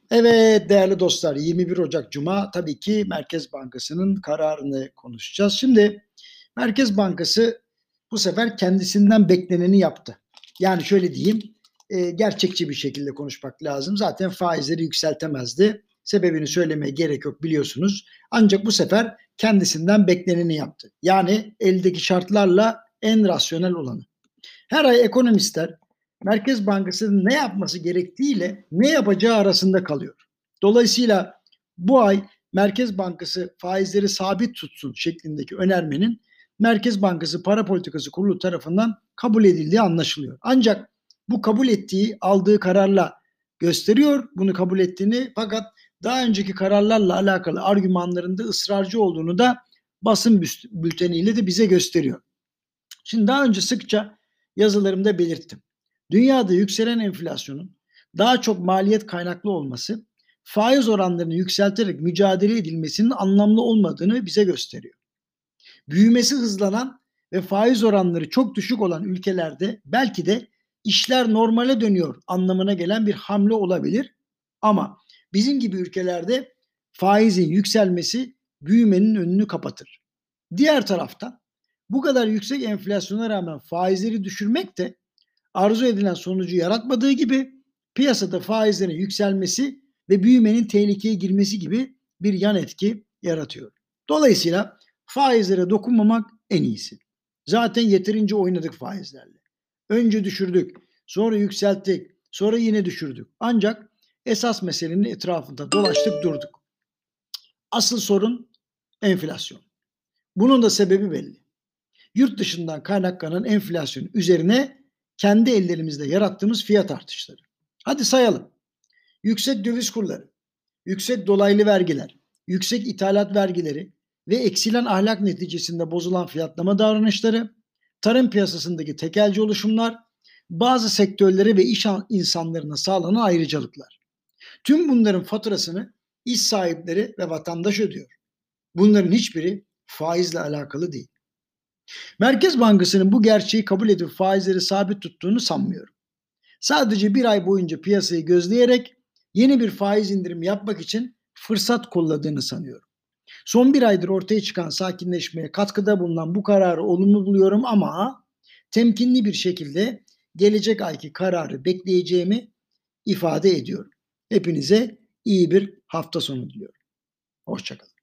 Evet değerli dostlar, 21 Ocak Cuma tabii ki Merkez Bankası'nın kararını konuşacağız. Şimdi Merkez Bankası bu sefer kendisinden bekleneni yaptı. Yani şöyle diyeyim, gerçekçi bir şekilde konuşmak lazım. Zaten faizleri yükseltemezdi. Sebebini söylemeye gerek yok biliyorsunuz. Ancak bu sefer kendisinden bekleneni yaptı. Yani eldeki şartlarla en rasyonel olanı. Her ay ekonomistler Merkez Bankası'nın ne yapması gerektiğiyle ne yapacağı arasında kalıyor. Dolayısıyla bu ay Merkez Bankası faizleri sabit tutsun şeklindeki önermenin Merkez Bankası Para Politikası Kurulu tarafından kabul edildiği anlaşılıyor. Ancak bu kabul ettiği, aldığı kararla gösteriyor bunu kabul ettiğini, fakat daha önceki kararlarla alakalı argümanlarında ısrarcı olduğunu da basın bülteniyle de bize gösteriyor. Şimdi daha önce sıkça yazılarımda belirttim. Dünyada yükselen enflasyonun daha çok maliyet kaynaklı olması, faiz oranlarını yükselterek mücadele edilmesinin anlamlı olmadığını bize gösteriyor. Büyümesi hızlanan ve faiz oranları çok düşük olan ülkelerde belki de işler normale dönüyor anlamına gelen bir hamle olabilir. Ama bizim gibi ülkelerde faizin yükselmesi büyümenin önünü kapatır. Diğer taraftan bu kadar yüksek enflasyona rağmen faizleri düşürmek de arzu edilen sonucu yaratmadığı gibi piyasada faizlerin yükselmesi ve büyümenin tehlikeye girmesi gibi bir yan etki yaratıyor. Dolayısıyla faizlere dokunmamak en iyisi. Zaten yeterince oynadık faizlerle. Önce düşürdük, sonra yükselttik, sonra yine düşürdük. Ancak esas meselenin etrafında dolaştık durduk. Asıl sorun enflasyon. Bunun da sebebi belli. Yurt dışından kaynaklanan enflasyon üzerine kendi ellerimizle yarattığımız fiyat artışları. Hadi sayalım. Yüksek döviz kurları, yüksek dolaylı vergiler, yüksek ithalat vergileri ve eksilen ahlak neticesinde bozulan fiyatlama davranışları, tarım piyasasındaki tekelci oluşumlar, bazı sektörlere ve iş insanlarına sağlanan ayrıcalıklar. Tüm bunların faturasını iş sahipleri ve vatandaş ödüyor. Bunların hiçbiri faizle alakalı değil. Merkez Bankası'nın bu gerçeği kabul edip faizleri sabit tuttuğunu sanmıyorum. Sadece bir ay boyunca piyasayı gözleyerek yeni bir faiz indirimi yapmak için fırsat kolladığını sanıyorum. Son bir aydır ortaya çıkan sakinleşmeye katkıda bulunan bu kararı olumlu buluyorum ama temkinli bir şekilde gelecek ayki kararı bekleyeceğimi ifade ediyorum. Hepinize iyi bir hafta sonu diliyorum. Hoşça kalın.